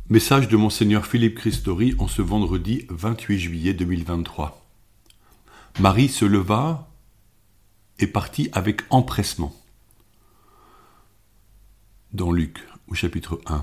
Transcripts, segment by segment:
Message de Monseigneur Philippe Christori en ce vendredi 28 juillet 2023. Marie se leva et partit avec empressement. Dans Luc, au chapitre 1.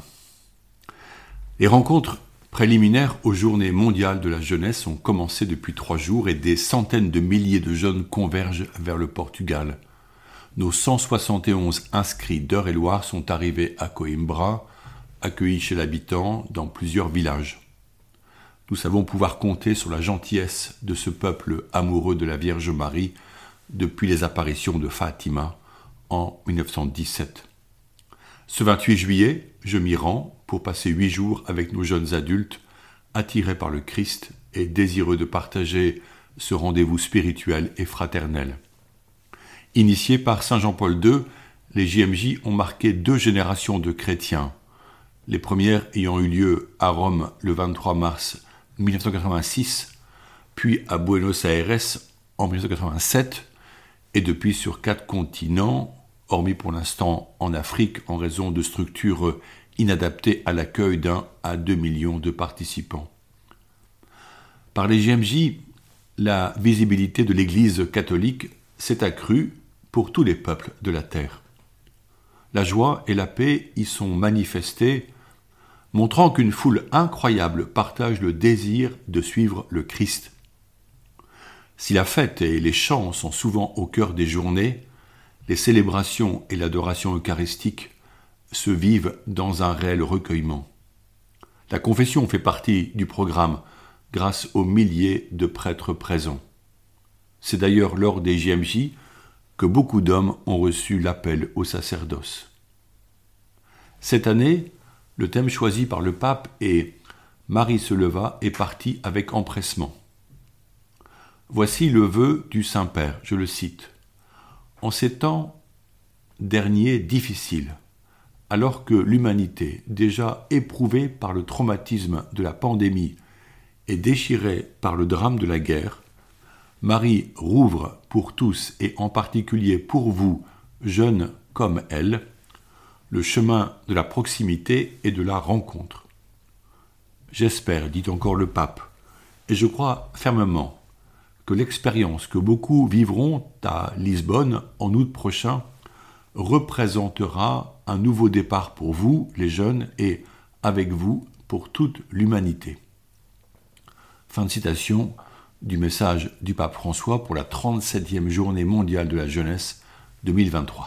Les rencontres préliminaires aux Journées mondiales de la jeunesse ont commencé depuis 3 jours et des centaines de milliers de jeunes convergent vers le Portugal. Nos 171 inscrits d'Eure-et-Loire sont arrivés à Coimbra, accueillis chez l'habitant dans plusieurs villages. Nous savons pouvoir compter sur la gentillesse de ce peuple amoureux de la Vierge Marie depuis les apparitions de Fatima en 1917. Ce 28 juillet, je m'y rends pour passer 8 jours avec nos jeunes adultes, attirés par le Christ et désireux de partager ce rendez-vous spirituel et fraternel. Initiés par Saint Jean-Paul II, les JMJ ont marqué 2 générations de chrétiens, les premières ayant eu lieu à Rome le 23 mars 1986, puis à Buenos Aires en 1987, et depuis sur 4 continents, hormis pour l'instant en Afrique en raison de structures inadaptées à l'accueil d'1 à 2 millions de participants. Par les JMJ, la visibilité de l'Église catholique s'est accrue pour tous les peuples de la terre. La joie et la paix y sont manifestées, montrant qu'une foule incroyable partage le désir de suivre le Christ. Si la fête et les chants sont souvent au cœur des journées, les célébrations et l'adoration eucharistique se vivent dans un réel recueillement. La confession fait partie du programme grâce aux milliers de prêtres présents. C'est d'ailleurs lors des JMJ que beaucoup d'hommes ont reçu l'appel au sacerdoce. Cette année, le thème choisi par le pape est « Marie se leva et partit avec empressement ». Voici le vœu du Saint-Père, je le cite. « En ces temps derniers difficiles, alors que l'humanité, déjà éprouvée par le traumatisme de la pandémie et déchirée par le drame de la guerre, Marie rouvre pour tous et en particulier pour vous, jeunes comme elle, le chemin de la proximité et de la rencontre. J'espère, dit encore le pape, et je crois fermement que l'expérience que beaucoup vivront à Lisbonne en août prochain représentera un nouveau départ pour vous, les jeunes, et avec vous, pour toute l'humanité. » Fin de citation du message du pape François pour la 37e journée mondiale de la jeunesse 2023.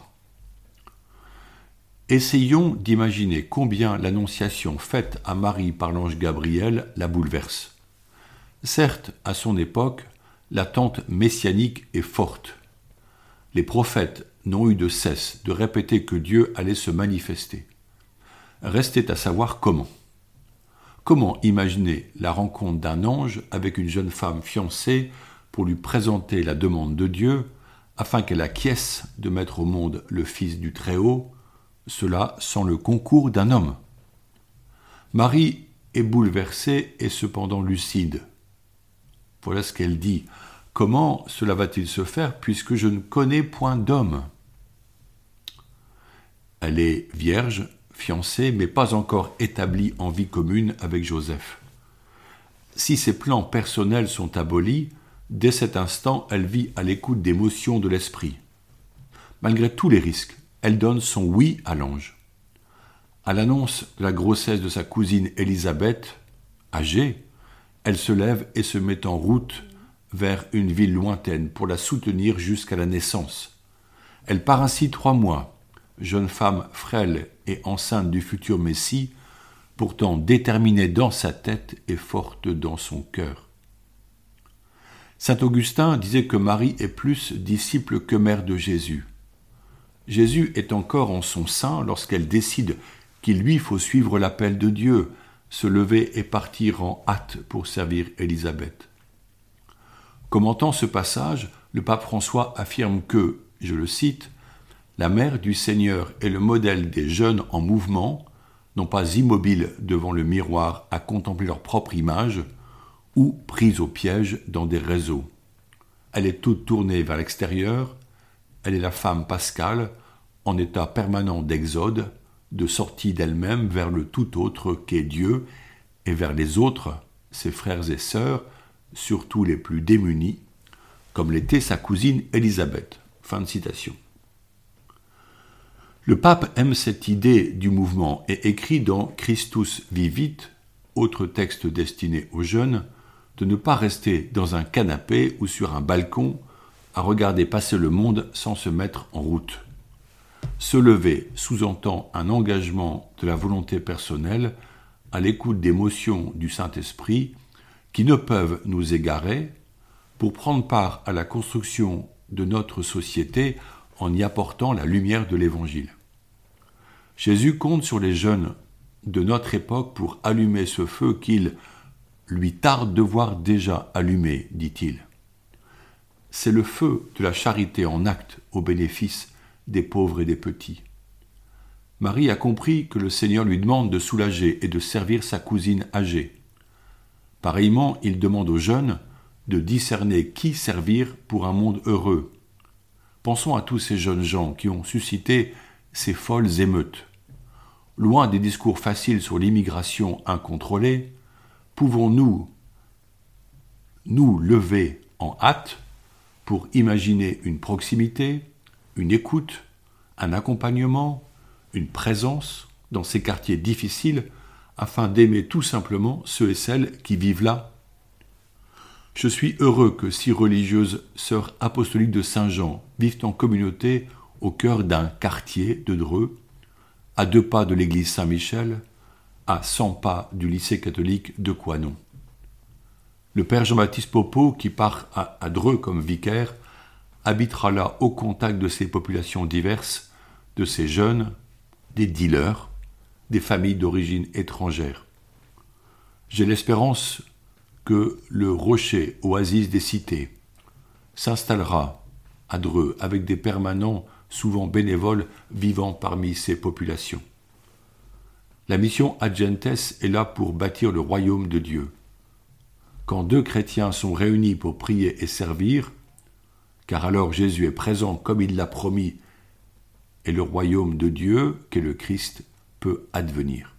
Essayons d'imaginer combien l'annonciation faite à Marie par l'ange Gabriel la bouleverse. Certes, à son époque, l'attente messianique est forte. Les prophètes n'ont eu de cesse de répéter que Dieu allait se manifester. Restait à savoir comment. Comment imaginer la rencontre d'un ange avec une jeune femme fiancée pour lui présenter la demande de Dieu afin qu'elle acquiesce de mettre au monde le Fils du Très-Haut, cela sans le concours d'un homme. Marie est bouleversée et cependant lucide. Voilà ce qu'elle dit. Comment cela va-t-il se faire puisque je ne connais point d'homme ? Elle est vierge, fiancée, mais pas encore établie en vie commune avec Joseph. Si ses plans personnels sont abolis, dès cet instant, elle vit à l'écoute des motions de l'esprit. Malgré tous les risques, elle donne son oui à l'ange. À l'annonce de la grossesse de sa cousine Élisabeth, âgée, elle se lève et se met en route vers une ville lointaine pour la soutenir jusqu'à la naissance. Elle part ainsi 3 mois, jeune femme frêle et enceinte du futur Messie, pourtant déterminée dans sa tête et forte dans son cœur. Saint Augustin disait que Marie est plus disciple que mère de Jésus. Jésus est encore en son sein lorsqu'elle décide qu'il lui faut suivre l'appel de Dieu, se lever et partir en hâte pour servir Élisabeth. Commentant ce passage, le pape François affirme que, je le cite, « La mère du Seigneur est le modèle des jeunes en mouvement, non pas immobiles devant le miroir à contempler leur propre image, ou prise au piège dans des réseaux. Elle est toute tournée vers l'extérieur, elle est la femme pascale, en état permanent d'exode, de sortie d'elle-même vers le tout autre qu'est Dieu et vers les autres, ses frères et sœurs, surtout les plus démunis, comme l'était sa cousine Élisabeth. Fin de citation. Le pape aime cette idée du mouvement et écrit dans Christus Vivit, autre texte destiné aux jeunes, de ne pas rester dans un canapé ou sur un balcon à regarder passer le monde sans se mettre en route. Se lever sous-entend un engagement de la volonté personnelle à l'écoute d'émotions du Saint-Esprit qui ne peuvent nous égarer pour prendre part à la construction de notre société en y apportant la lumière de l'Évangile. Jésus compte sur les jeunes de notre époque pour allumer ce feu qu'il lui tarde de voir déjà allumé, dit-il. C'est le feu de la charité en acte au bénéfice des pauvres et des petits. Marie a compris que le Seigneur lui demande de soulager et de servir sa cousine âgée. Pareillement, il demande aux jeunes de discerner qui servir pour un monde heureux. Pensons à tous ces jeunes gens qui ont suscité ces folles émeutes. Loin des discours faciles sur l'immigration incontrôlée, pouvons-nous nous lever en hâte pour imaginer une proximité, une écoute, un accompagnement, une présence dans ces quartiers difficiles afin d'aimer tout simplement ceux et celles qui vivent là? Je suis heureux que 6 religieuses sœurs apostoliques de Saint-Jean vivent en communauté au cœur d'un quartier de Dreux, à 2 pas de l'église Saint-Michel, à 100 pas du lycée catholique de Coinon. Le père Jean-Baptiste Popot, qui part à Dreux comme vicaire, habitera là au contact de ces populations diverses, de ces jeunes, des dealers, des familles d'origine étrangère. J'ai l'espérance que le rocher oasis des cités s'installera à Dreux avec des permanents souvent bénévoles vivant parmi ces populations. La mission Ad Gentes est là pour bâtir le royaume de Dieu. Quand 2 chrétiens sont réunis pour prier et servir, car alors Jésus est présent comme il l'a promis, et le royaume de Dieu, qu'est le Christ, peut advenir.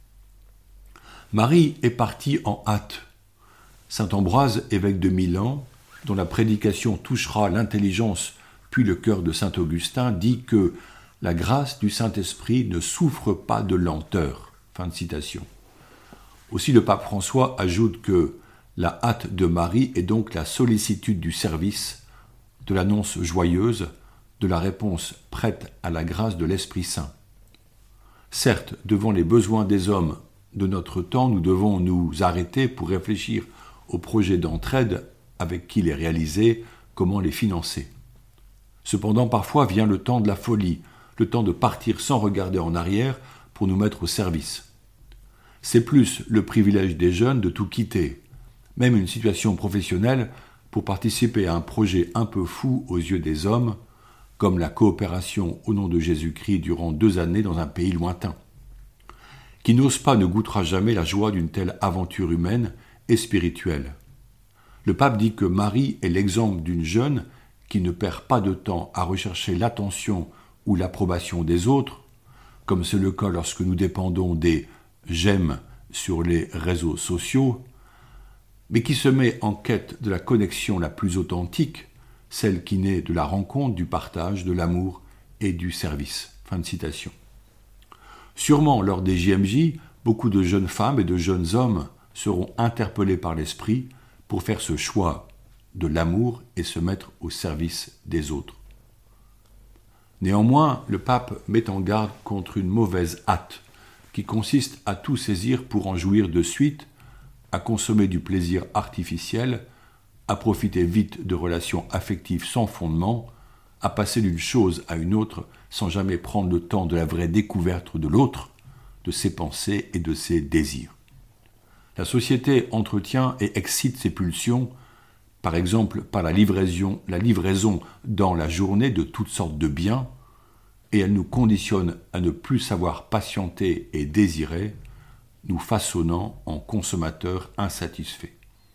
Marie est partie en hâte. Saint Ambroise, évêque de Milan, dont la prédication touchera l'intelligence puis le cœur de saint Augustin, dit que la grâce du Saint-Esprit ne souffre pas de lenteur. Fin de citation. Aussi le pape François ajoute que la hâte de Marie est donc la sollicitude du service, de l'annonce joyeuse, de la réponse prête à la grâce de l'Esprit Saint. Certes, devant les besoins des hommes de notre temps, nous devons nous arrêter pour réfléchir aux projets d'entraide, avec qui les réaliser, comment les financer. Cependant, parfois vient le temps de la folie, le temps de partir sans regarder en arrière pour nous mettre au service. C'est plus le privilège des jeunes de tout quitter, même une situation professionnelle, pour participer à un projet un peu fou aux yeux des hommes, comme la coopération au nom de Jésus-Christ durant 2 années dans un pays lointain. Qui n'ose pas ne goûtera jamais la joie d'une telle aventure humaine et spirituelle. Le pape dit que Marie est l'exemple d'une jeune qui ne perd pas de temps à rechercher l'attention ou l'approbation des autres, comme c'est le cas lorsque nous dépendons des « j'aime » sur les réseaux sociaux, mais qui se met en quête de la connexion la plus authentique, celle qui naît de la rencontre, du partage, de l'amour et du service. Fin de citation. Sûrement, lors des JMJ, beaucoup de jeunes femmes et de jeunes hommes seront interpellés par l'Esprit pour faire ce choix de l'amour et se mettre au service des autres. Néanmoins, le pape met en garde contre une mauvaise hâte qui consiste à tout saisir pour en jouir de suite, à consommer du plaisir artificiel, à profiter vite de relations affectives sans fondement, à passer d'une chose à une autre sans jamais prendre le temps de la vraie découverte de l'autre, de ses pensées et de ses désirs. La société entretient et excite ces pulsions, par exemple par la livraison dans la journée de toutes sortes de biens, et elle nous conditionne à ne plus savoir patienter et désirer, nous façonnant en consommateurs insatisfaits.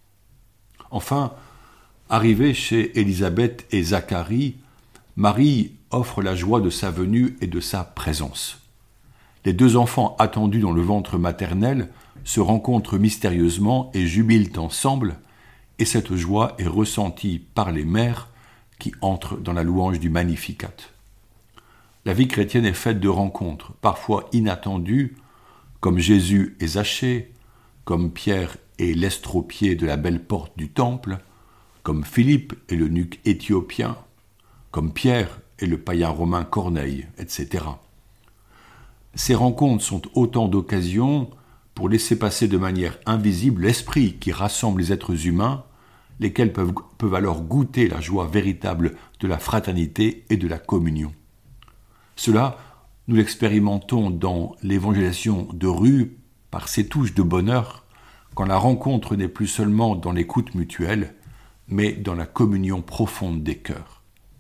Enfin, arrivée chez Élisabeth et Zacharie, Marie offre la joie de sa venue et de sa présence. les deux enfants attendus dans le ventre maternel se rencontrent mystérieusement et jubilent ensemble, et cette joie est ressentie par les mères qui entrent dans la louange du Magnificat. La vie chrétienne est faite de rencontres, parfois inattendues, comme Jésus et Zachée, comme Pierre et l'estropié de la belle porte du temple, comme Philippe et l'eunuque éthiopien, comme Pierre et le païen romain Corneille, etc. Ces rencontres sont autant d'occasions pour laisser passer de manière invisible l'esprit qui rassemble les êtres humains, lesquels peuvent alors goûter la joie véritable de la fraternité et de la communion. Cela, nous l'expérimentons dans l'évangélisation de rue par ces touches de bonheur, quand la rencontre n'est plus seulement dans l'écoute mutuelle, mais dans la communion profonde des cœurs.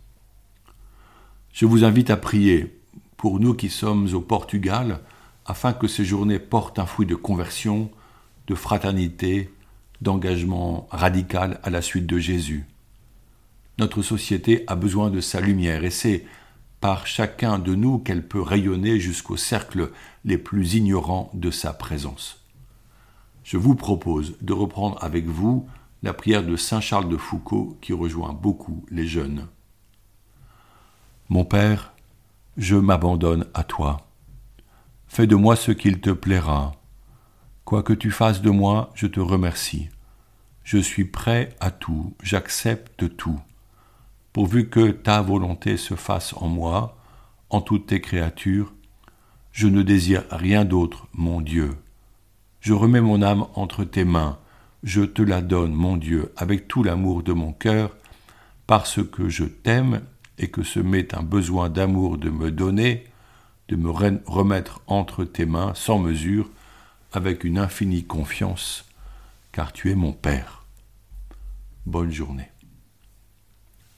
Je vous invite à prier pour nous qui sommes au Portugal, afin que ces journées portent un fruit de conversion, de fraternité, d'engagement radical à la suite de Jésus. Notre société a besoin de sa lumière et c'est par chacun de nous qu'elle peut rayonner jusqu'aux cercles les plus ignorants de sa présence. Je vous propose de reprendre avec vous la prière de saint Charles de Foucauld qui rejoint beaucoup les jeunes. Mon Père, je m'abandonne à toi. Fais de moi ce qu'il te plaira. Quoi que tu fasses de moi, je te remercie. Je suis prêt à tout, j'accepte tout. Pourvu que ta volonté se fasse en moi, en toutes tes créatures, je ne désire rien d'autre, mon Dieu. Je remets mon âme entre tes mains, je te la donne, mon Dieu, avec tout l'amour de mon cœur, parce que je t'aime et que ce m'est un besoin d'amour de me donner, de me remettre entre tes mains sans mesure, avec une infinie confiance, car tu es mon Père. Bonne journée.